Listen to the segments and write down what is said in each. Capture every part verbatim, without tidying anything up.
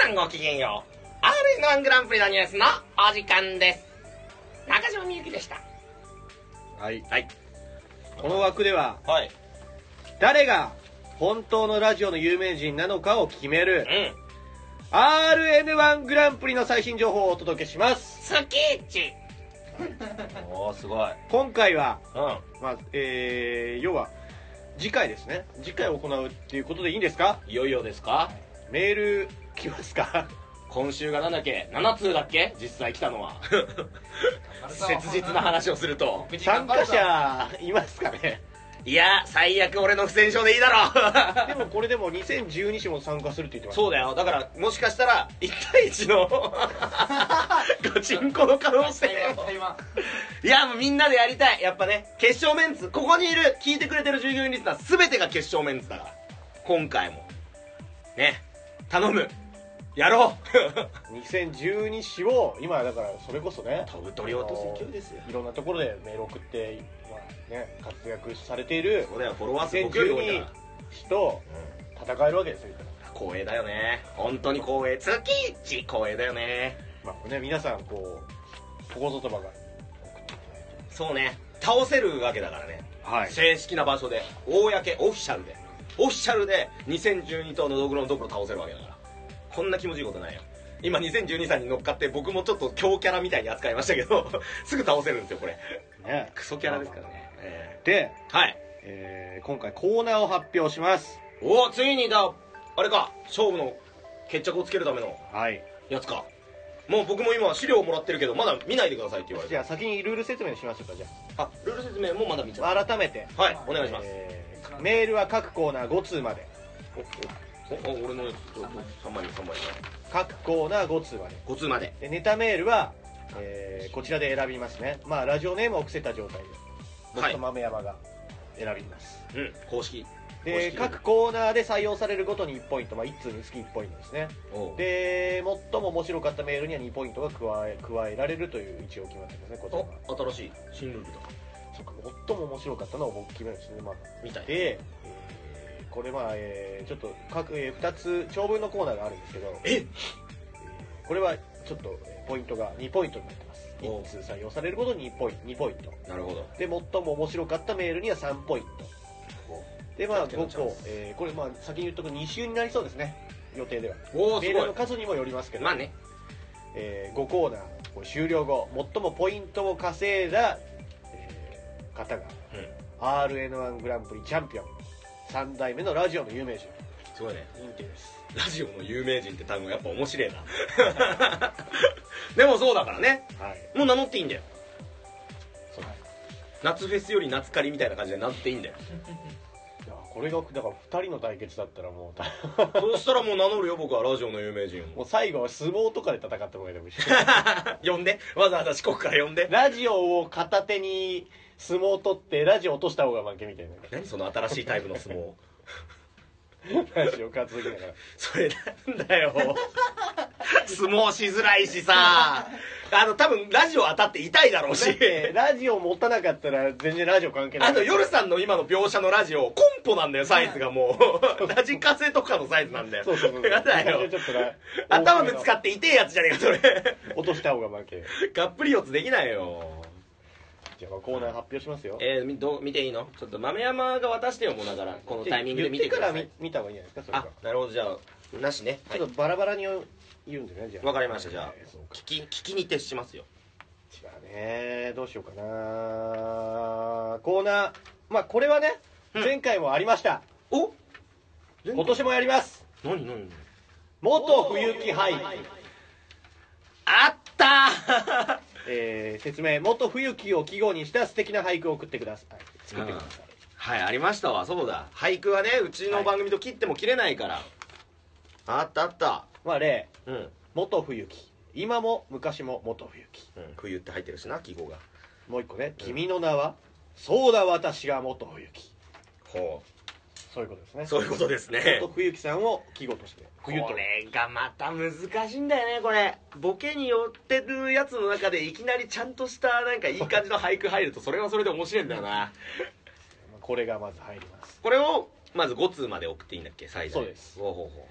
さんごきげんよう。 アールエヌワン グランプリのニュースのお時間です。中島みゆきでした。 はい、 はい、 この枠では、 はい、 誰が本当のラジオの有名人なのかを決める、 うん、 アールエヌワン グランプリの最新情報をお届けします。 スキーチおー、すごい。 今回は、 うん、 まあえー、要は次回ですね。次回行うっていうことでいいんですか？ いよいよですか？ メール来ますか？ 今週がなんだっけ、なな通だっけ、実際来たのは切実な話をすると参加者いますかね？ いや、最悪俺の不戦勝でいいだろでもこれでもにせんじゅうに種も参加するって言ってました。 そうだよ。だからもしかしたらいち対いちのガチンコの可能性いや、もうみんなでやりたい。やっぱね、決勝メンツ、ここにいる聞いてくれてる従業員リスナー全てが決勝メンツだから、今回もね、頼む、やろうにせんじゅうに種を今だからそれこそね、 飛ぶ鳥を落とす勢いですよ。 いろんなところでメール送って、まあね、活躍されているそうだよ、フォロワー数僕より多いからにせんじゅうに種と戦えるわけですよ。 光栄だよね、本当に光栄。月一光栄だよね。 まあね、皆さんこうここぞとばかりそうね、倒せるわけだからね、 はい、 正式な場所で公オフィシャルでオフィシャルでにせんじゅうに頭のドクロのドクロ倒せるわけだから、こんな気持ちいいことないよ。今にせんじゅうにさんに乗っかって僕もちょっと強キャラみたいに扱いましたけどすぐ倒せるんですよこれね。クソキャラですからね、えー、 で、 はい、 えー、今回コーナーを発表します。 おお、ついにだ、あれか、勝負の決着をつけるためのやつか。もう僕も今資料をもらってるけどまだ見ないでくださいって言われて。 じゃあ先にルール説明しましょうか。じゃあ、あ、ルール説明もまだ見ちゃう。 改めて、 はい、お願いします。 えー、メールは各コーナーご通まで。 おおお、俺のやつさんまいさんまい各コーナーご通まで。 ご通まで。 でネタメールは、えー、こちらで選びますね。まあラジオネームを伏せた状態で僕と豆山が選びます、 はい、うん、公式で各コーナーで採用されるごとにいちポイント、まあ、いち通につきいちポイントですね。で最も面白かったメールにはにポイントが加え加えられるという一応決まってますね。こちらは新しい新ルールだ。 そうか、最も面白かったのを僕決めるんですね、まあ、 みたいで、えー、これまあ、えー、ちょっと各、えー、ふたつ長文のコーナーがあるんですけど、 ええー、これはちょっとポイントがにポイントになってます。いち通採用されるごとににポイント、にポイント。 なるほど。 で最も面白かったメールにはさんポイントで、まあごこ、えー、これまあ先に言っとくに週になりそうですね、予定では。 おー、 メールの数にもよりますけど、 まあね、 えー、ごコーナーこれ終了後最もポイントを稼いだ、えー、方が、うん、アールエヌワン グランプリチャンピオンさん代目のラジオの有名人。 すごいね、 認定です。 ラジオの有名人って単語やっぱ面白いなでもそうだからね、はい、もう名乗っていいんだよ。そう、夏フェスより夏狩りみたいな感じで名乗っていいんだよいやこれがだからふたりの対決だったらもうそうしたらもう名乗るよ僕はラジオの有名人を。 もう最後は相撲とかで戦ってもらえてもいい呼んで、わざわざ四国から呼んで、 ラジオを片手に相撲を取ってラジオ落とした方が負けみたいな。 何その新しいタイプの相撲ラジオ担ぎながらそれなんだよ相撲しづらいしさ、あの多分ラジオ当たって痛いだろうし、 ラジオ持たなかったら全然ラジオ関係ない。 あの夜さんの今の描写のラジオコンポなんだよ、サイズがもうラジカセとかのサイズなんだよ。 そうそうそう、 やだよ、 ちょっとね、 頭ぶつかって痛いやつじゃねえかそれ落とした方が負け。 がっぷり四つできないよ。 じゃあコーナー発表しますよ。 えー、ど見ていいの？ちょっと豆山が渡してよ、もうだからこのタイミングで見てください。 言ってから見た方がいいんじゃないですか、それあ、なるほど、じゃあなしね。 ちょっとバラバラに言うんでね、じゃあ。 わかりました、じゃあ聞き聞きに徹しますよ。 違うね、どうしようかな。コーナー、まあこれはね、うん、前回もありました。お、今年もやります。 何何？ 元冬木俳句。 あったえー、説明。元冬木を季語にした素敵な俳句を送ってください。作ってください。 はい、ありましたわ。そうだ、俳句はね、うちの番組と切っても切れないから、はい、あったあった。 まあ例、うん、元冬木、今も昔も元冬木、 うん、冬って入ってるしな、季語が。 もう一個ね、君の名は、うん、そうだ私が元冬木。ほう、そういうことですね。 そういうことですね。 元冬木さんを季語として冬と。 これがまた難しいんだよね、これ。ボケに寄ってるやつの中でいきなりちゃんとしたなんかいい感じの俳句入るとそれはそれで面白いんだよなこれがまず入ります。 これをまずご通まで送っていいんだっけ、最初。 そうです。 ほうほうほ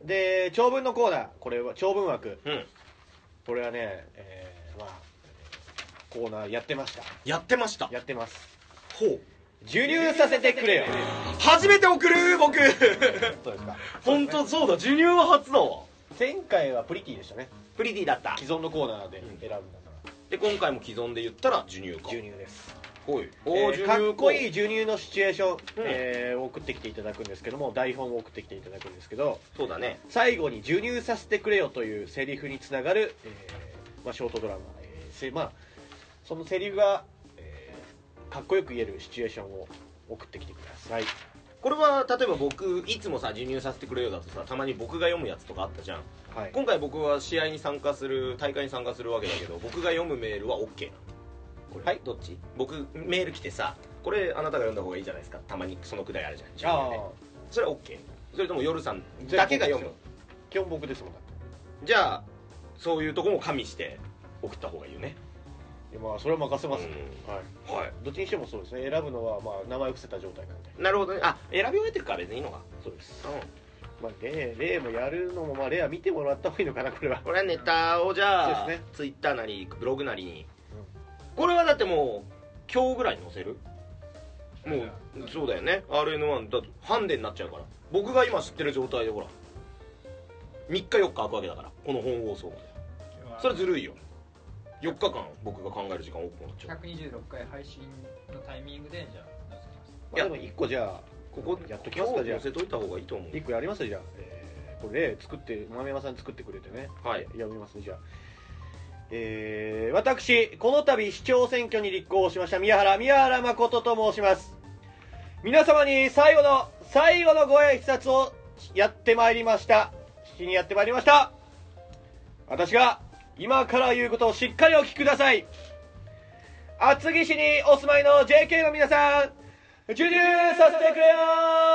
で長文のコーナー、これは長文枠、 うん、 これはね、えー、まあコーナーやってましたやってましたやってます。 ほう、 授乳させてくれよ。 初めて送る僕そうですか。 本当そうだ、授乳は初だわ。 前回はプリティでしたね。 プリティだった。 既存のコーナーで選ぶんだから、 で今回も既存で言ったら授乳か。 授乳です。 ほい、 おお、 えー、かっこいい授乳のシチュエーション、うん、えー、送ってきていただくんですけども、台本を送ってきていただくんですけど、 そうだね、 最後に授乳させてくれよというセリフにつながる、えーまあ、ショートドラマ、えーせまあ、そのセリフが、えー、かっこよく言えるシチュエーションを送ってきてください。 これは例えば僕いつもさ授乳させてくれよだとさ、たまに僕が読むやつとかあったじゃん、はい、今回僕は試合に参加する大会に参加するわけだけど、僕が読むメールは OK なの。これ、はい、どっち？僕メール来てさ、これあなたが読んだ方がいいじゃないですか、たまにそのくだりあるじゃん授乳で。それは OK？ それとも夜さんだけが読む？ 基本僕ですもん。だってじゃあそういうとこも加味して送った方がいいよね。 いや、まあそれは任せます、 うん、はい、はい、 どっちにしてもそうですね。選ぶのはまあ名前を伏せた状態なんで。 なるほどね。あ、選び終えてるから別にいいのか。 そうです、うん、まあ例例もやるのも、まあ例は見てもらった方がいいのかな。これはこれはネタをじゃあ、ね、ツイッターなりブログなりに、うん、これはだってもう今日ぐらいに載せる？もうそうだよね。 アールエヌワン だとハンデになっちゃうから、僕が今知ってる状態でほらみっかよっか空くわけだから、この本放送で。それずるいよ。よっかかん僕が考える時間多くなっちゃう。 ひゃくにじゅうろっかい配信のタイミングでじゃあ載せます。 いやでもいっこじゃあここやっときますか。じゃあ載せといた方がいいと思う。 いっこやりますじゃあ、えー、これ作って豆山さん作ってくれてね。 はい、 読みますね。じゃあ、えー、私この度市長選挙に立候補しました宮原宮原誠と申します。皆様に最後の最後のご挨拶をやってまいりました。しにやってまいりました。私が今から言うことをしっかりお聞きください。厚木市にお住まいの ジェーケー の皆さん、授乳させてくれよ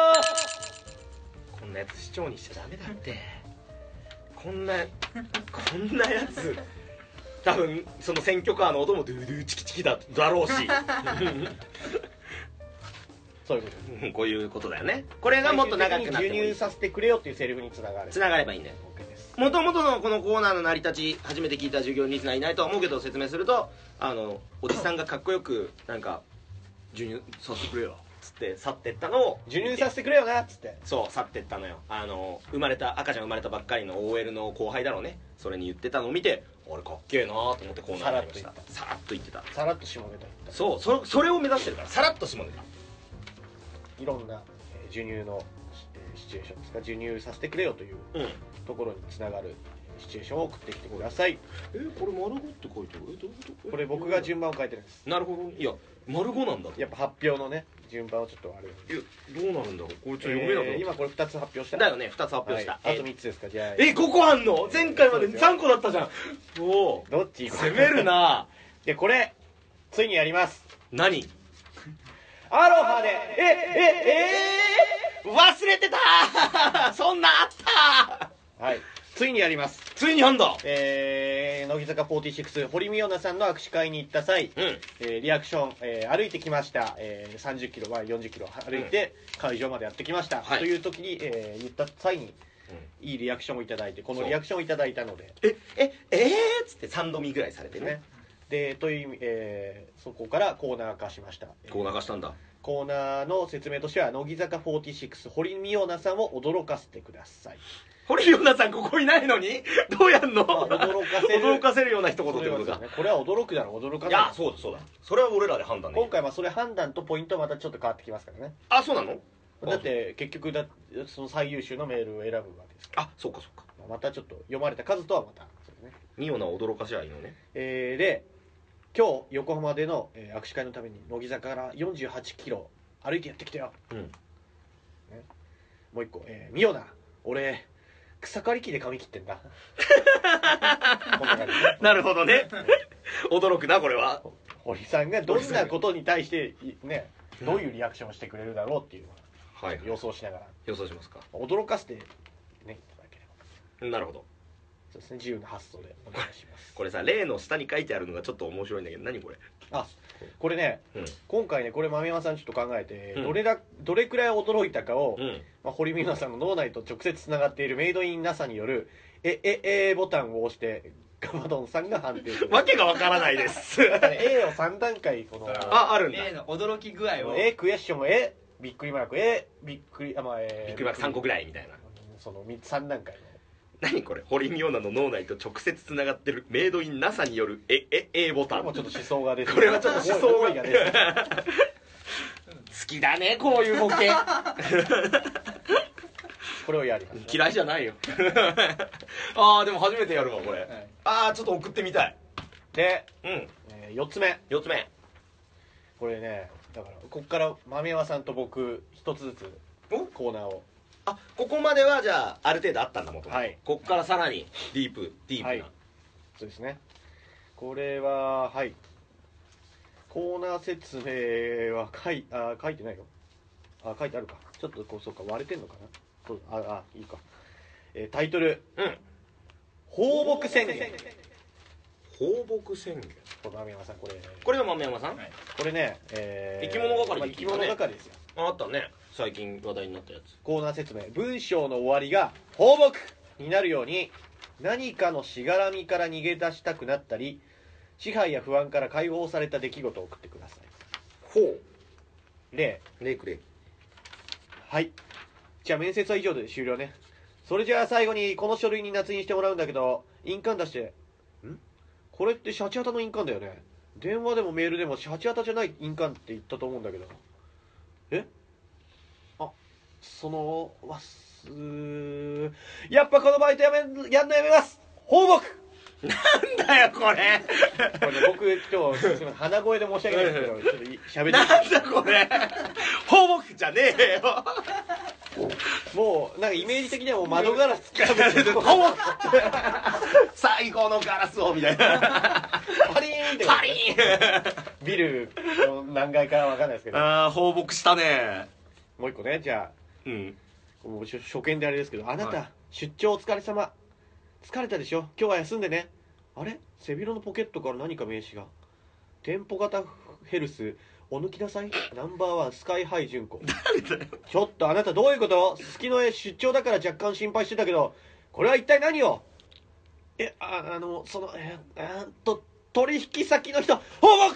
ー。こんなやつ市長にしちゃダメだって。こんなこんなやつ多分その選挙カーの音もドゥドゥチキチキだだろうしそういうことです。 こういうことだよね。これがもっと長くなってもいい。 授乳させてくれよっていうセリフにつながる。 つながればいいんだよ。もともとのこのコーナーの成り立ち、初めて聞いた授業リスナーいないとは思うけど説明すると、あのおじさんがかっこよくなんか授乳させてくれよっつって去ってったのを、 授乳させてくれよなっつって、 そう去ってったのよ。あの生まれた赤ちゃん生まれたばっかりの オーエル の後輩だろうね。それに言ってたのを見て、あれかっけえなと思ってコーナーになりました。さらっと言ってた。 さらっと下ネタ言った。 そう、そそれを目指してるから、さらっと下ネタ。 いろんな、えー、授乳の、えー、シチュエーションですか、授乳させてくれよという、うん、ところにつながるシチュエーションを送ってきてください。 えー、これ丸ごって書いてある？えどういうこと？ これ僕が順番を書いてるんです。 なるほど。いや丸ごなんだと。 やっぱ発表のね順番をちょっとある。 いやどうなるんだろう。これちょっと読めなかった、えー、 今これふたつ発表しただよね。ふたつ発表した、 はい、あとみっつですか。じゃあえここあんの？前回までさんこだったじゃん。おどっち攻めるなでこれついにやります。 何？ アロハでえええー、忘れてたそんなあったはい、ついにやります。 ついにやんだ。 えー、乃木坂フォーティーシックス堀美央奈さんの握手会に行った際、うん、えー、リアクション、えー、歩いてきました、えー、さんじゅっキロはよんじゅっキロ歩いて会場までやってきました、うん、という時に、えー、言った際に、うん、いいリアクションをいただいて、このリアクションをいただいたので、 えええー、っつってさんどみぐらいされてね。 でという意味、えー、そこからコーナー化しました。 コーナー化したんだ。 コーナーの説明としては、乃木坂フォーティーシックス堀美央奈さんを驚かせてください。 堀美央奈さんここいないのにどうやんの？まあ、 驚かせる驚かせるような一言ってことか、 ね、これは驚くだろう驚かない。いやそうだそうだ、それは俺らで判断ね。 今回はそれ判断とポイントはまたちょっと変わってきますからね。 あ、そうなの？ だって結局だその最優秀のメールを選ぶわけですから。 あ、そうかそうか。 またちょっと読まれた数とはまたそうね。 美央奈を驚かしゃいいのね。 えー、で今日横浜での、えー、握手会のために乃木坂からよんじゅうはちキロ歩いてやってきたよ、うんね、もう一個、えー、美央奈俺草刈り機で髪切ってんだこんな感じ、ね、 なるほどね驚くなこれは。 堀さんがどんなことに対してねどういうリアクションをしてくれるだろうっていうのを予想しながら、 予想しますか。 驚かせてねいただければ。 なるほど。 そうですね、自由な発想でお願いします。 これさ例の下に書いてあるのがちょっと面白いんだけど、何これ。 あ、これね、 うん今回ねこれ豆山さんちょっと考えて、 うんどれだどれくらい驚いたかを、 うんまあ、堀美奈さんの脳内と直接つながっているメイドイン ナサ によるえええボタンを押してガバドンさんが判定するわけがわからないですだから A をさん段階このああるんだ。 例の驚き具合を A クエスチョン A びっくりマーク A びっくりあまあ、えーびっくりマークさんこぐらいみたいな。 そのさん段階の何これ。堀美央奈の脳内と直接つながってるメイドイン ナサ によるええ A ボタン。 これもちょっと思想が出てるこれはちょっと思想が思いが出てる好きだねこういうボケ。 これをやります嫌いじゃないよ。ああでも初めてやるわこれ。 はいああちょっと送ってみたい。 で、 うん。 えー、よっつめよっつめ。 これねだからこっから豆山さんと僕一つずつおコーナーをあここまではじゃあある程度あったんだもん。 はいこっからさらにディープディープな。 はいそうですねこれははいコーナー説明は書いあ書いてないよあ書いてあるかちょっとこうそうか割れてんのかなそうああいいか、えータイトルうん。 放牧宣言放牧宣言。 これ豆山さんこれこれが豆山さん、 はいこれね、えー生き物係まあ生き物係ですよあったね最近話題になったやつ。 コーナー説明文章の終わりが放牧になるように何かのしがらみから逃げ出したくなったり支配や不安から解放された出来事を送ってください。 ほう。 例レイクレイ。 はいじゃあ面接は以上で終了ね。それじゃあ最後にこの書類に捺印してもらうんだけど印鑑出して。んこれってシャチハタの印鑑だよね。電話でもメールでもシャチハタじゃない印鑑って言ったと思うんだけど。えあそのわすやっぱこのバイトやめやんのやめます。放牧なんだよこれ。 これね僕今日すいません鼻声で申し訳ないですけどちょっとい喋ってなんだこれ。放牧じゃねえよ。 もうなんかイメージ的にはもう窓ガラス突き破って放牧。最後のガラスをみたいな。 パリーンってパリーン。 ビルの何階かわかんないですけどああ放牧したね。 もう一個ねじゃうん。 あもう初初見であれですけどあなた、 はい出張お疲れ様疲れたでしょ今日は休んでねあれ背広のポケットから何か名刺が店舗型ヘルスお抜きなさいナンバーワンスカイハイ純子ちょっとあなたどういうこと月の絵出張だから若干心配してたけどこれは一体何をえああのそのえー、っと取引先の人放牧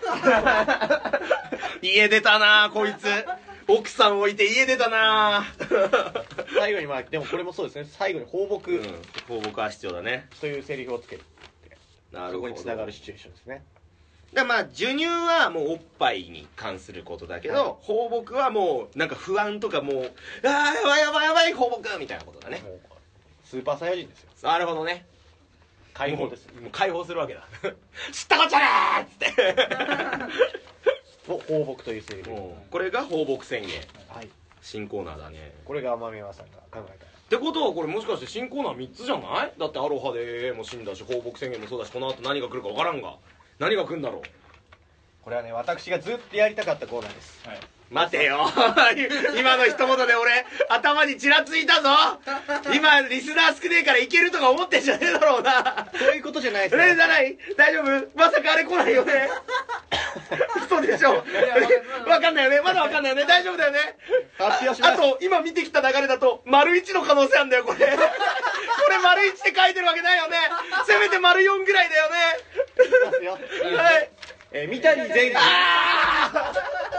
家出たなこいつ。奥さん置いて家出たな。 最後にまあでもこれもそうですね最後に放牧うん。放牧は必要だね。 というセリフをつけるなるほど。 そこにつながるシチュエーションですねだからまあ授乳はもうおっぱいに関することだけど、 はい放牧はもうなんか不安とかもうあーやばいやばいやばい放牧みたいなことだね。 もうスーパーサイヤ人ですよなるほどね。 解放ですもうもう解放するわけだ。知ったこっちゃねーっつってを放牧というセリフもうこれが放牧宣言。 はい新コーナーだね。 これが天宮さんが考えたってことはこれもしかして新コーナーみっつじゃない？だってアロハでも死んだし放牧宣言もそうだしこの後何が来るか分からんが何が来るんだろう。 これはね私がずっとやりたかったコーナーですはい待てよ今の一言で俺頭にちらついたぞ。今リスナー少ねえからいけるとか思ってんじゃねえだろうな。 そういうことじゃないですよえじゃない大丈夫まさかあれ来ないよね。嘘でしょ。わかんないよねまだわかんないよね大丈夫だよね。 発表しますあと今見てきた流れだと丸一の可能性あるんだよこれ。これ丸一って書いてるわけないよね。せめて丸四ぐらいだよね。 いきますよはい。 えー三谷善治あ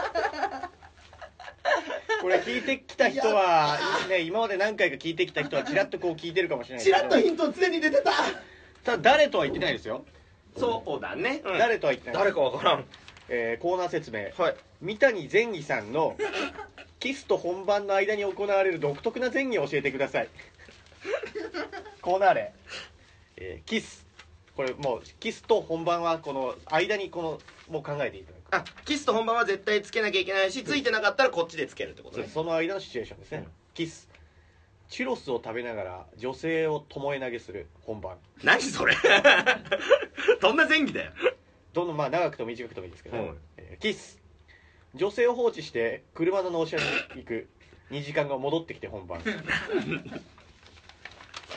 これ聞いてきた人はね今まで何回か聞いてきた人はちらっとこう聞いてるかもしれないチですけどラッとヒント常に出てた。 ただ誰とは言ってないですよそうだね。うん誰とは言ってない誰かわからん。 えーコーナー説明はい。 三谷善治さんのキスと本番の間に行われる独特な前儀を教えてくださいコーナー例、えーキスこれもうキスと本番はこの間にこのもう考えていただくあキスと本番は絶対つけなきゃいけないしついてなかったらこっちでつけるってことね。 その間のシチュエーションですね、 うんキスチュロスを食べながら女性を巴投げする本番何それどんな前儀だよ。 どんどんまあ長くとも短くともいいですけど、 うんえーキス女性を放置して車の納車に行くにじかん後戻ってきて本番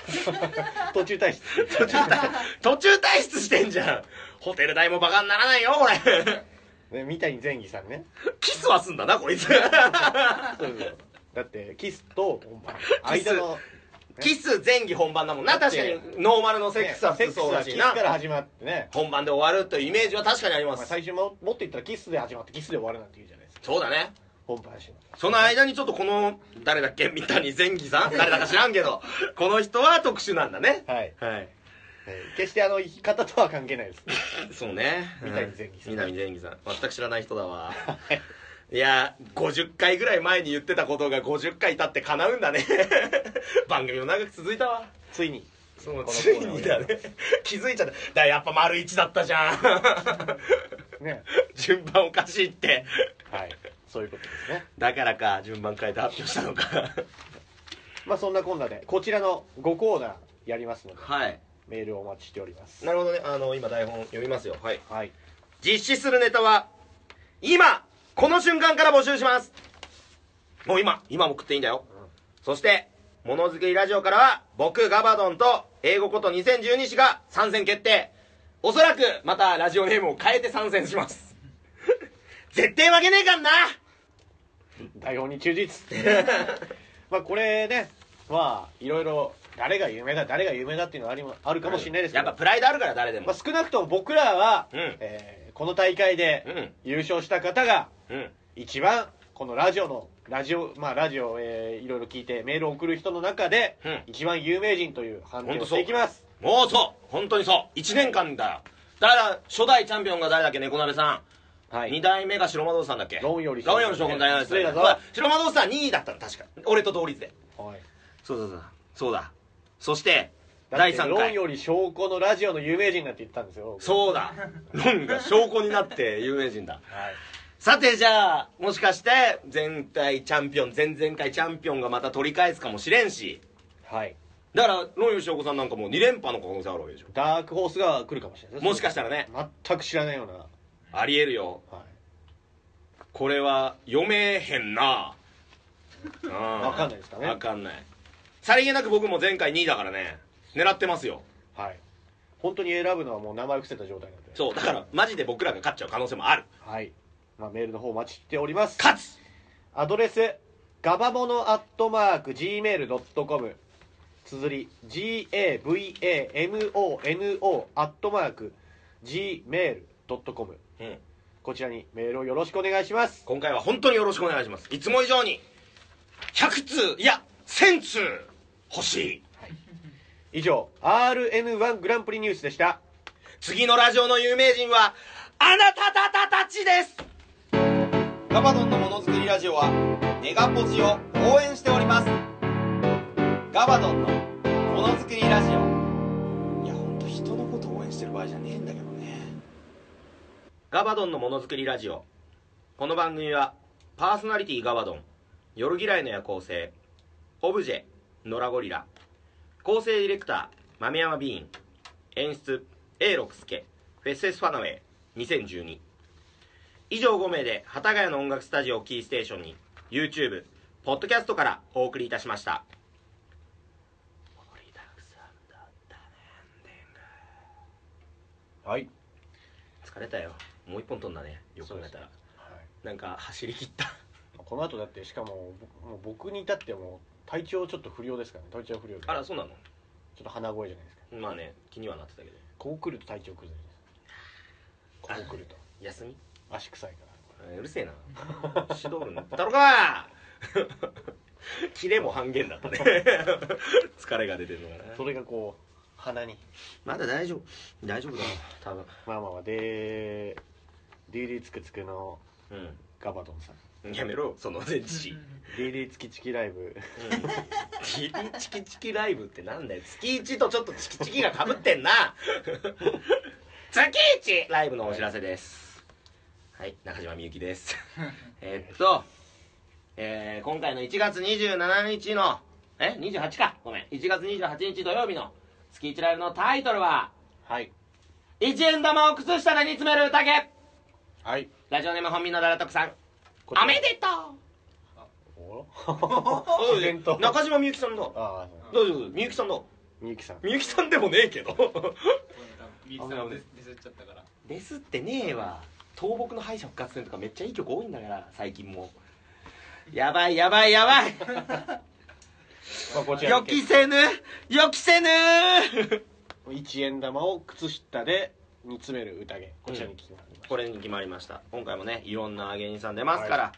途中退出途中退途中退出してんじゃん。ホテル代もバカにならないよこれ。 ね、三谷善義さんね。 キスはすんだなこいつ。 そうそうだってキスと本番間のキス前期本番だもんな。確かにノーマルのセックスは普通そうだしキスな。 から始まってね、 本番で終わるというイメージは確かにありままあ、 す。 最初ももっと言ったらキスで始まってキスで終わるなんて言うじゃないですか。 そうだね。 本番しその間にちょっとこの誰だっけ三谷善義さん誰だか知らんけどこの人は特殊なんだね。 はいはい。 決してあの生き方とは関係ないですそうね。 三谷善義さん三谷善義さん全く知らない人だわ。いやごじゅっかいぐらい前に言ってたことがごじゅっかい経って叶うんだね。番組も長く続いたわ。 ついにそうついにだね。気づいちゃった。だからやっぱ丸一だったじゃん。 ね。 順番おかしいって。 はいそういうことですね。 だからか順番変えて発表したのか。 まあそんなこんなでこちらのごコーナーやりますので、 はい。 メールをお待ちしております。 なるほどね。あの今台本読みますよ。はい。 はい。 実施するネタは今この瞬間から募集します。もう今今も食っていいんだよ。 うん、 そしてものづくりラジオからは僕ガバドンと英語ことにせんじゅうに氏が参戦決定。おそらくまたラジオネームを変えて参戦します。絶対負けねえかんな。 台本に忠実。まあこれね、まあいろいろ誰が有名だ誰が有名だっていうのはありあるかもしれないですけど、 やっぱプライドあるから誰でも、 まあ、少なくとも僕らは、 うんえーこの大会で優勝した方がうん一番このラジオのラジオまあラジオ、えーいろいろ聞いてメールを送る人の中で、 うん一番有名人という判定をしていきます。 もうそう本当にそういちねんかんだよ。だから初代チャンピオンが誰だっけ猫鍋さん、 はい、 に代目が白魔道士さんだっけ。 論より論より将軍大王失礼だぞ。 白魔道士さんにいだったの確か俺と同率で。 はい、 そうそうそうそうだ。そしてだってだいさんかい論より証拠のラジオの有名人なんて言ったんですよ。 そうだ論が証拠になって有名人だ。 はい、 さてじゃあもしかして前回チャンピオン前々回チャンピオンがまた取り返すかもしれんし、 はい、 だから論より証拠さんなんかもうに連覇の可能性あるわけでしょ。 ダークホースが来るかもしれないです。 もしかしたらね全く知らないような、 ありえるよ。 はい、 これは読めへんな。分わかんないですかね。 分かんない。さりげなく僕も前回にいだからね狙ってますよ。 はい、本当に選ぶのはもう名前を伏せた状態なんで。 そうだからマジで僕らが勝っちゃう可能性もある。 はい、まあ、メールの方お待ちしております。 勝つアドレスガバモノアットマーク ジーメールドットコム、 綴り ジーエーブイエーエムオーエヌオー アットマーク ジーメールドットコム、 うんこちらにメールをよろしくお願いします。 今回は本当によろしくお願いします。いつも以上にひゃくつういやせんつう欲しい。 以上 アールエヌワン グランプリニュースでした。 次のラジオの有名人はあなたたたたちです。ガバドンのものづくりラジオはネガポジを応援しております。ガバドンのものづくりラジオ。いやほんと人のことを応援してる場合じゃねえんだけどね。ガバドンのものづくりラジオ。この番組はパーソナリティガバドン、夜嫌いの夜行性、オブジェノラゴリラ、構成ディレクター豆山ビーン、演出 エーろく 助、フェスエスファナウェイにせんじゅうに、以上ご名で幡ヶ谷の音楽スタジオをキーステーションに YouTube、ポッドキャストからお送りいたしました。盛りだくさんだったねエンディング。 はい、 疲れたよ。もう一本飛んだねよく考えたら。 はい、 なんか走り切った。 この後だってしかももう僕に至ってはもう体調ちょっと不良ですからね。体調不良であらそうなの。 ちょっと鼻声じゃないですか。 まあね気にはなってたけど。 ここ来ると体調崩れるんです。ここ来ると休み足臭いから。 うるせえな。シドール塗ったろか。キレも半減だったね。疲れが出てるのかな。 それがこう鼻に。 まだ大丈夫大丈夫だ多分。 まあまあまあで ディーディー つくつくのうガバドンさん、 んやめろその前置。 ディーディー チキチキライブ、 うん、ディーディーチキチキライブってなんだよ。月いちとちょっとチキチキが被ってんな。月いちライブのお知らせです。はい、中島みゆきです。えっと、えー、今回のいちがつにじゅうしちにちのえにじゅうはちかごめんいちがつにじゅうはちにち土曜日の月いちライブのタイトルは、 はい、 いちえん玉を靴下で煮詰める宴。 はい、 ラジオネーム本民のダラトクさん、 こちらおめでとおう。 自然と中島みゆきさんだ。 ああどうぞどうぞみゆきさんだ。 みゆきさんみゆきさんでもねえけどみゆきさんディスっちゃったから。 ですってねえわ。倒木の敗者復活戦とかめっちゃいい曲多いんだから最近も。やばいやばいやばいまあこちら予期せぬ予期せぬ一円玉を靴下で煮詰める宴、こちらに決まりました、 これに決まりました。今回もねいろんな芸人さん出ますから、はい、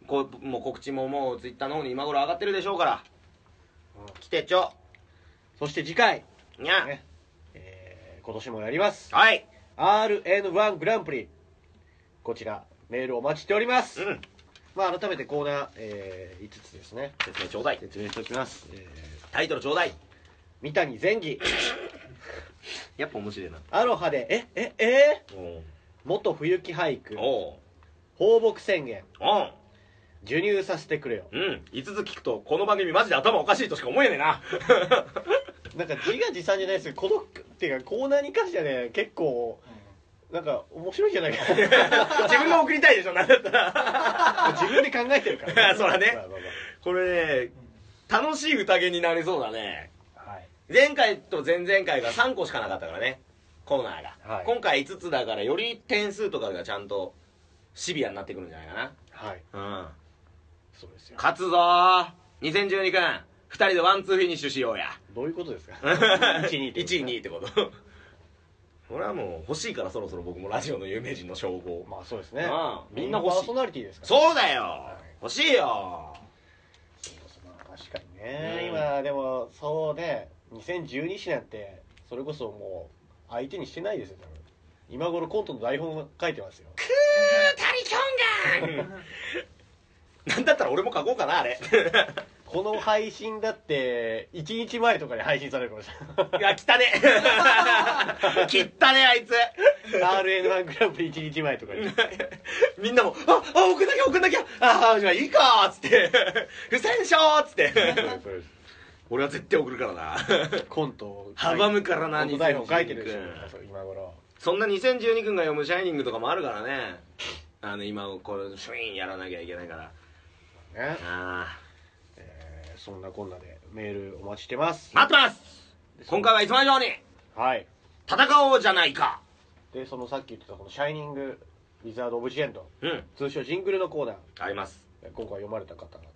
こうもう告知ももうツイッターの方に今頃上がってるでしょうから、うん、来てちょ。 そして次回にゃ、 ねえー、今年もやります、 はい、 アールエヌワン グランプリ、こちらメールお待ちしております、うん、まあ改めてコーナー、えー、いつつですね、 説明ちょうだい。 説明しておきます、えー、 タイトルちょうだい。 三谷前儀やっぱ面白いな。 アロハでえええー、元冬木俳句、放牧宣言、授乳させてくれよ。 うん、いつつ聞くとこの番組マジで頭おかしいとしか思えねえななんか自画自賛じゃないですけど、このっていうかコーナーに関してはね結構なんか面白いじゃないか自分が送りたいでしょ、なんだったら自分で考えてるから、 ね、そらね、まあまあまあ、これね楽しい宴になりそうだね。前回と前々回がさんこしかなかったからね、コーナーが、はい、今回いつつだからより点数とかがちゃんとシビアになってくるんじゃないかな。 はい、 うん、 そうですよ。 勝つぞーにせんじゅうにくん、ふたりでワンツーフィニッシュしようや。 どういうことですかいちにってことこれはもう欲しいから、そろそろ僕もラジオの有名人の称号。 まあそうですね、 うん、 みんな欲しいパーソナリティですから、 ね、そうだよ、はい、欲しいよ。 そうそう、まあ、確かにね、うん、今でもそうね、にせんじゅうにしなんてそれこそもう相手にしてないですよ。多分今頃コントの台本書いてますよ。 クータリキョンガンなんだったら俺も書こうかな、あれこの配信だっていちにちまえとかに配信されるかもしれない。いや、 汚ね汚ねあいつアールエヌワン グランプリいちにちまえとかにみんなも「ああ送んなきゃ送んなきゃああじゃあいいか」っつって「不戦勝」っつって俺は絶対送るからなコントを阻むからな。 コント台本書いてるでしょ今頃。 そんなにせんじゅうにくんが読む「シャイニング」とかもあるからね。あの今これシュイーンやらなきゃいけないからね。ああ、 えー、そんなこんなでメールお待ちしてます。 待ってます。今回はいつも以上にはい戦おうじゃないか。 でそのさっき言ってたこの「シャイニング・ウィザード・オブ・ジ・エンド」 うん、 通称ジングルのコーナーあります。 今回読まれた方々、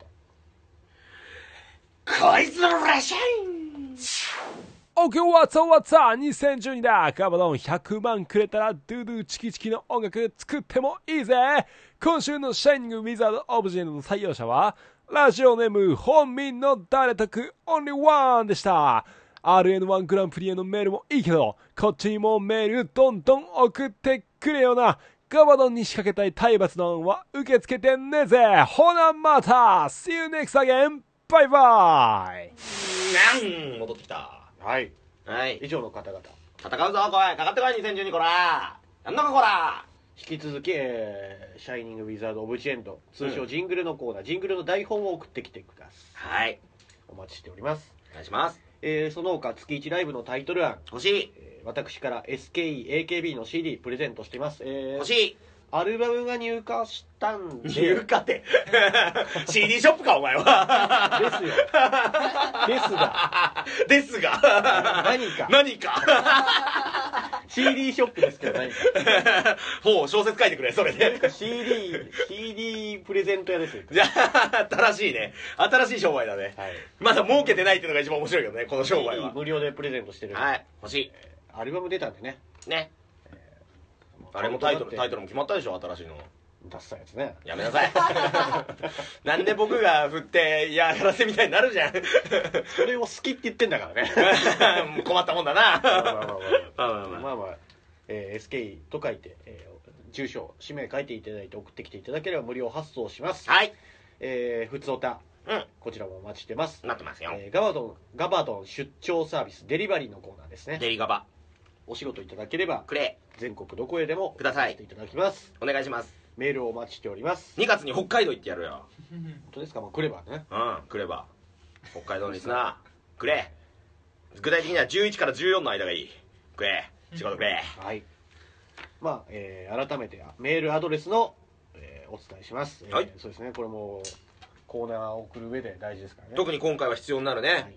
こいつらしゃい。 オーケー、わつわつにせんじゅうにだ。ガバドンひゃくまんくれたらドゥドゥチキチキの音楽作ってもいいぜ。今週のシャイニングウィザードオブジェンドの採用者はラジオネーム本民の誰得オンリーワンでした。 アールエヌワン グランプリへのメールもいいけど、こっちにもメールどんどん送ってくれよな。ガバドンに仕掛けたい体罰の案は受け付けてねぜ。ほなまた See you next again。バイバイ。 なん戻ってきた。 はい、 はい、 以上の方々 戦うぞ。こいかかってこいにせんじゅうにこらやんのかこら。 引き続き、えー、シャイニングウィザードオブジェンド通称ジングルのコーナー、うん、ジングルの台本を送ってきてください。 はい、 お待ちしております。 お願いします。 えー、その他月いちライブのタイトル案欲しい、 えー、私から エスケーイーエーケービー の シーディー プレゼントしています、えー、 欲しい。 アルバムが入荷したんで。 入荷ってシーディー ショップかお前は。 ですよ。ですがですが何か何かシーディー ショップですけど何かほう小説書いてくれそれで。 シーディー シーディー プレゼント屋ですよ。 じゃあ新しいね、新しい商売だね、はい、まだ儲けてないっていうのが一番面白いけどね、この商売は。 無料でプレゼントしてる。 はい欲しい、 えー、アルバム出たんでねね、あれもタイトルタイトルも決まったでしょ、新しいの。 ダッサいやつね。 やめなさいなんで僕が振ってやらせみたいになるじゃんそれを好きって言ってんだからね困ったもんだな。 まあまあまあまあまあまあまあ、えー、エスケー と書いて、えー、住所氏名書いていただいて送ってきていただければ無料発送します。 はい、 えー、ふつおた、 うん、 こちらもお待ちしてます。 待ってますよ、 えー、ガバドンガバドン出張サービスデリバリーのコーナーですね。 デリガバお仕事いただければくれ、 全国どこへでもください、 いただきます。 お願いします。 メールをお待ちしております。 にがつに北海道行ってやるよ。 本当ですか。まあ、来ればね、 うん来れば北海道のリスナーくれ。具体的にはじゅういちからじゅうよんの間がいい。くれ仕事くれ。 はい、まあ、えー、改めてメールアドレスの、えー、お伝えします、はい、えー、そうですね、これもコーナーを送る上で大事ですからね。 特に今回は必要になるね、はい、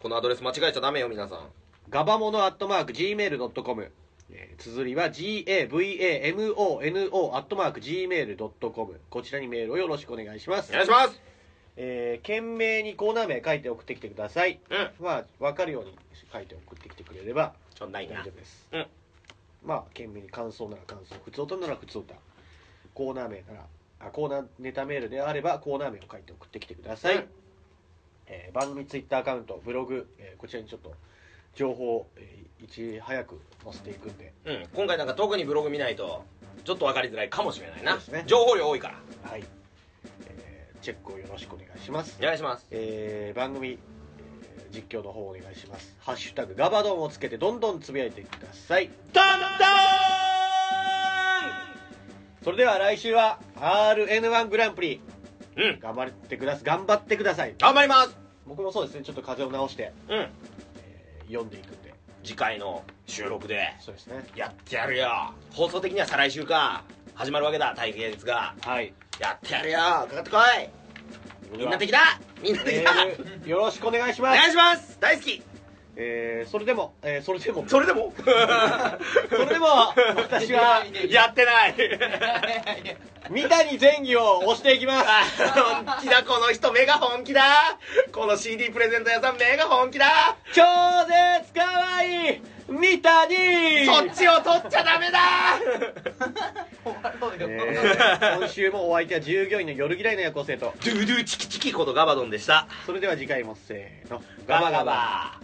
このアドレス間違えちゃダメよ皆さん。 ガバモノアットマーク ジーメールドットコム、えー、綴りは ジーエーブイエーエムオーエヌオー アットマーク ジーメールドットコム、 こちらにメールをよろしくお願いします。 お願いします。 えー、懸命にコーナー名書いて送ってきてください。 うん。 まあ分かるように書いて送ってきてくれればちょんないな。 大丈夫です。 うん。 まあ懸命に感想なら感想、普通歌なら普通歌、コーナー名ならあコーナーネタメールであればコーナー名を書いて送ってきてください。 うん。 えー番組ツイッターアカウント、ブログ、えーこちらにちょっと情報を、えーいち早く載せていくんで、 うん、今回なんか特にブログ見ないとちょっと分かりづらいかもしれないな。 そうですね情報量多いからはい、えーチェックをよろしくお願いします。 お願いします。 えー番組、えー実況の方お願いします。ハッシュタグガバドンをつけてどんどんつぶやいてください。 トントそれでは来週は アールエヌワン グランプリーン。うん、 頑張ってください。頑張ってください。 頑張ります。 僕もそうですね、ちょっと風邪を治して、 うん、 えー読んでいくんで。 次回の収録でそうですね。 やってやるよ。放送的には再来週か始まるわけだ、対決が。 はい。 やってやるよ。かかってこい。みんな敵だ。みんな敵メだ。 ールよろしくお願いしおます。 願いします。大好き。 えー、それでも、えー、それでも、 それでもそれでも、私は、 やってない三谷前儀を押していきます。 あ本気だこの人、目が本気だ。この シーディー プレゼント屋さん目が本気だ。 超絶かわいい三谷。 そっちを取っちゃダメだ。 えー今週もお相手は従業員の夜嫌いの夜行性と、 ドゥドゥチキチキことガバドンでした。 それでは次回もせーの、 ガバガバ。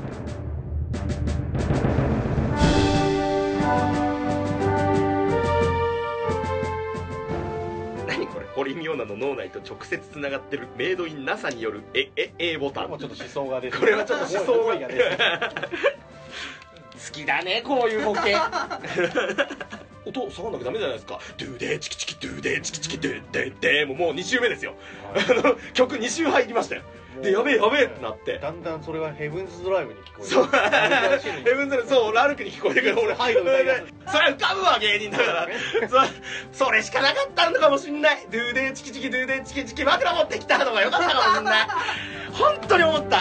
何これ、堀美央奈の脳内と直接つながってるメイドイン ナサ によるええ A ボタン。 これもちょっと思想が出てる。 これはちょっと思想が思いが出てる。 好きだねこういうボケ。音下がんなきゃダメじゃないですか。ドゥデーチキチキドゥデーチキチキドゥデーデーももうに週目ですよ。あの曲に週入りましたよ。でやべえやべえってなって、 だんだんそれがヘブンズドライブに聞こえる。 そうヘブンズのそうラルクに聞こえてくる。俺ハイド歌い出す。 それ浮かぶわ芸人だからそそれしかなかったのかもしんない。ドゥデーチキチキドゥデーチキチキ枕持ってきたのが良かったかもしんない。本当に思った。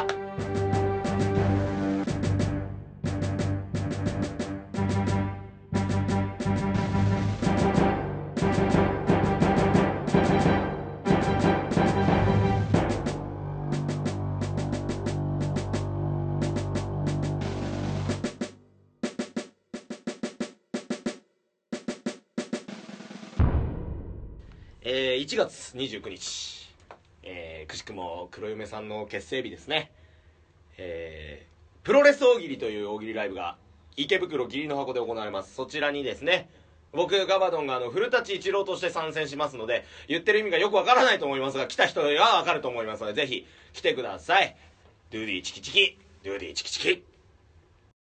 えー、いちがつにじゅうくにち、えー、くしくも黒嫁さんの結成日ですね。えー、プロレス大喜利という大喜利ライブが池袋義理の箱で行われます。そちらにですね、僕ガバドンがあの古舘一郎として参戦しますので、言ってる意味がよくわからないと思いますが、来た人はわかると思いますので、ぜひ来てください。ドゥーディーチキチキドゥーディーチキチキ。